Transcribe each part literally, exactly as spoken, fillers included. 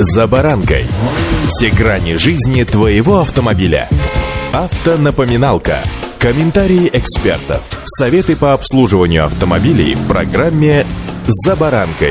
«За баранкой». Все грани жизни твоего автомобиля. Автонапоминалка. Комментарии экспертов. Советы по обслуживанию автомобилей в программе «За баранкой».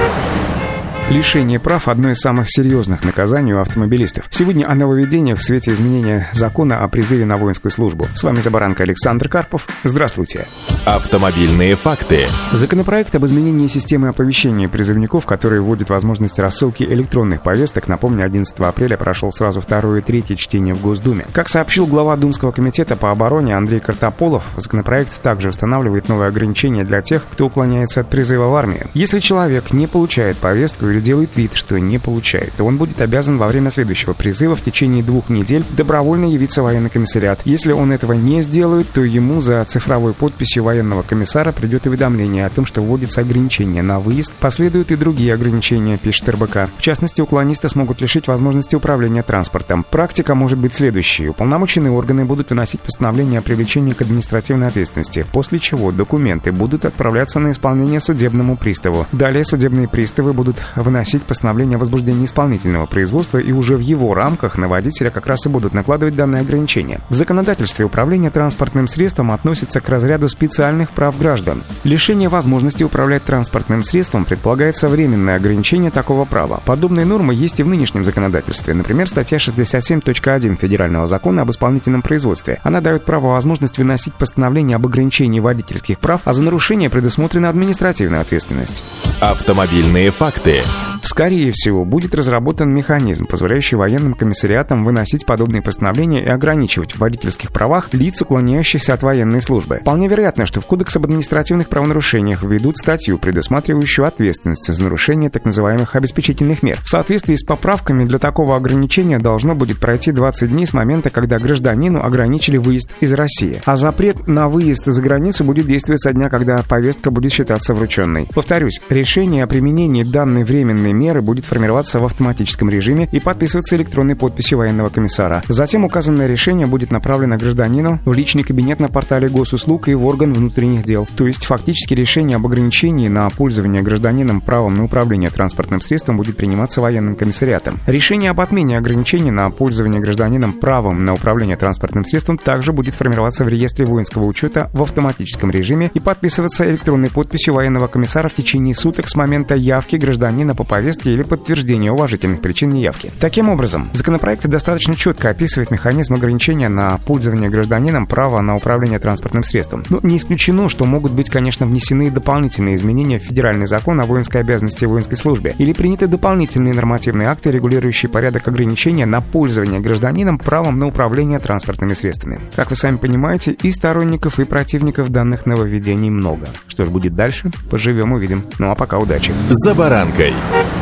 Лишение прав – одно из самых серьезных наказаний у автомобилистов. Сегодня о нововведениях в свете изменения закона о призыве на воинскую службу. С вами «За баранкой» Александр Карпов. Здравствуйте. Автомобильные факты. Законопроект об изменении системы оповещения призывников, который вводит возможность рассылки электронных повесток, напомню, одиннадцатого апреля прошел сразу второе и третье чтение в Госдуме. Как сообщил глава Думского комитета по обороне Андрей Картополов, законопроект также устанавливает новые ограничения для тех, кто уклоняется от призыва в армию. Если человек не получает повестку или делает вид, что не получает, то он будет обязан во время следующего призыва в течение двух недель добровольно явиться в военный комиссариат. Если он этого не сделает, то ему за цифровой подписью военного комиссара придет уведомление о том, что вводится ограничение на выезд. Последуют и другие ограничения, пишет эр бэ ка. В частности, уклонисты смогут лишить возможности управления транспортом. Практика может быть следующей. Уполномоченные органы будут выносить постановление о привлечении к административной ответственности, после чего документы будут отправляться на исполнение судебному приставу. Далее судебные приставы будут выносить постановление о возбуждении исполнительного производства, и уже в его рамках на водителя как раз и будут накладывать данные ограничения. В законодательстве управление транспортным средством относится к разряду специальных прав граждан. Лишение возможности управлять транспортным средством предполагается временное ограничение такого права. Подобные нормы есть и в нынешнем законодательстве. Например, статья шестьдесят семь точка один Федерального закона об исполнительном производстве. Она дает право возможность выносить постановление об ограничении водительских прав, а за нарушение предусмотрена административная ответственность. Автомобильные факты. Скорее всего, будет разработан механизм, позволяющий военным комиссариатам выносить подобные постановления и ограничивать в водительских правах лиц, уклоняющихся от военной службы. Вполне вероятно, что в Кодекс об административных правонарушениях введут статью, предусматривающую ответственность за нарушение так называемых обеспечительных мер. В соответствии с поправками для такого ограничения должно будет пройти двадцать дней с момента, когда гражданину ограничили выезд из России. А запрет на выезд за границу будет действовать со дня, когда повестка будет считаться врученной. Повторюсь, решение о применении данной временной меры будет формироваться в автоматическом режиме и подписываться электронной подписью военного комиссара. Затем указанное решение будет направлено гражданину в личный кабинет на портале госуслуг и в орган внутренних дел. То есть фактически решение об ограничении на пользование гражданином правом на управление транспортным средством будет приниматься военным комиссариатом. Решение об отмене ограничений на пользование гражданином правом на управление транспортным средством также будет формироваться в реестре воинского учета в автоматическом режиме и подписываться электронной подписью военного комиссара в течение суток с момента явки гражданина по повестке или подтверждение уважительных причин неявки. Таким образом, законопроект достаточно четко описывает механизм ограничения на пользование гражданином права на управление транспортным средством. Но не исключено, что могут быть, конечно, внесены дополнительные изменения в Федеральный закон о воинской обязанности и воинской службе или приняты дополнительные нормативные акты, регулирующие порядок ограничения на пользование гражданином правом на управление транспортными средствами. Как вы сами понимаете, и сторонников, и противников данных нововведений много. Что же будет дальше? Поживем, увидим. Ну а пока удачи. «За баранкой».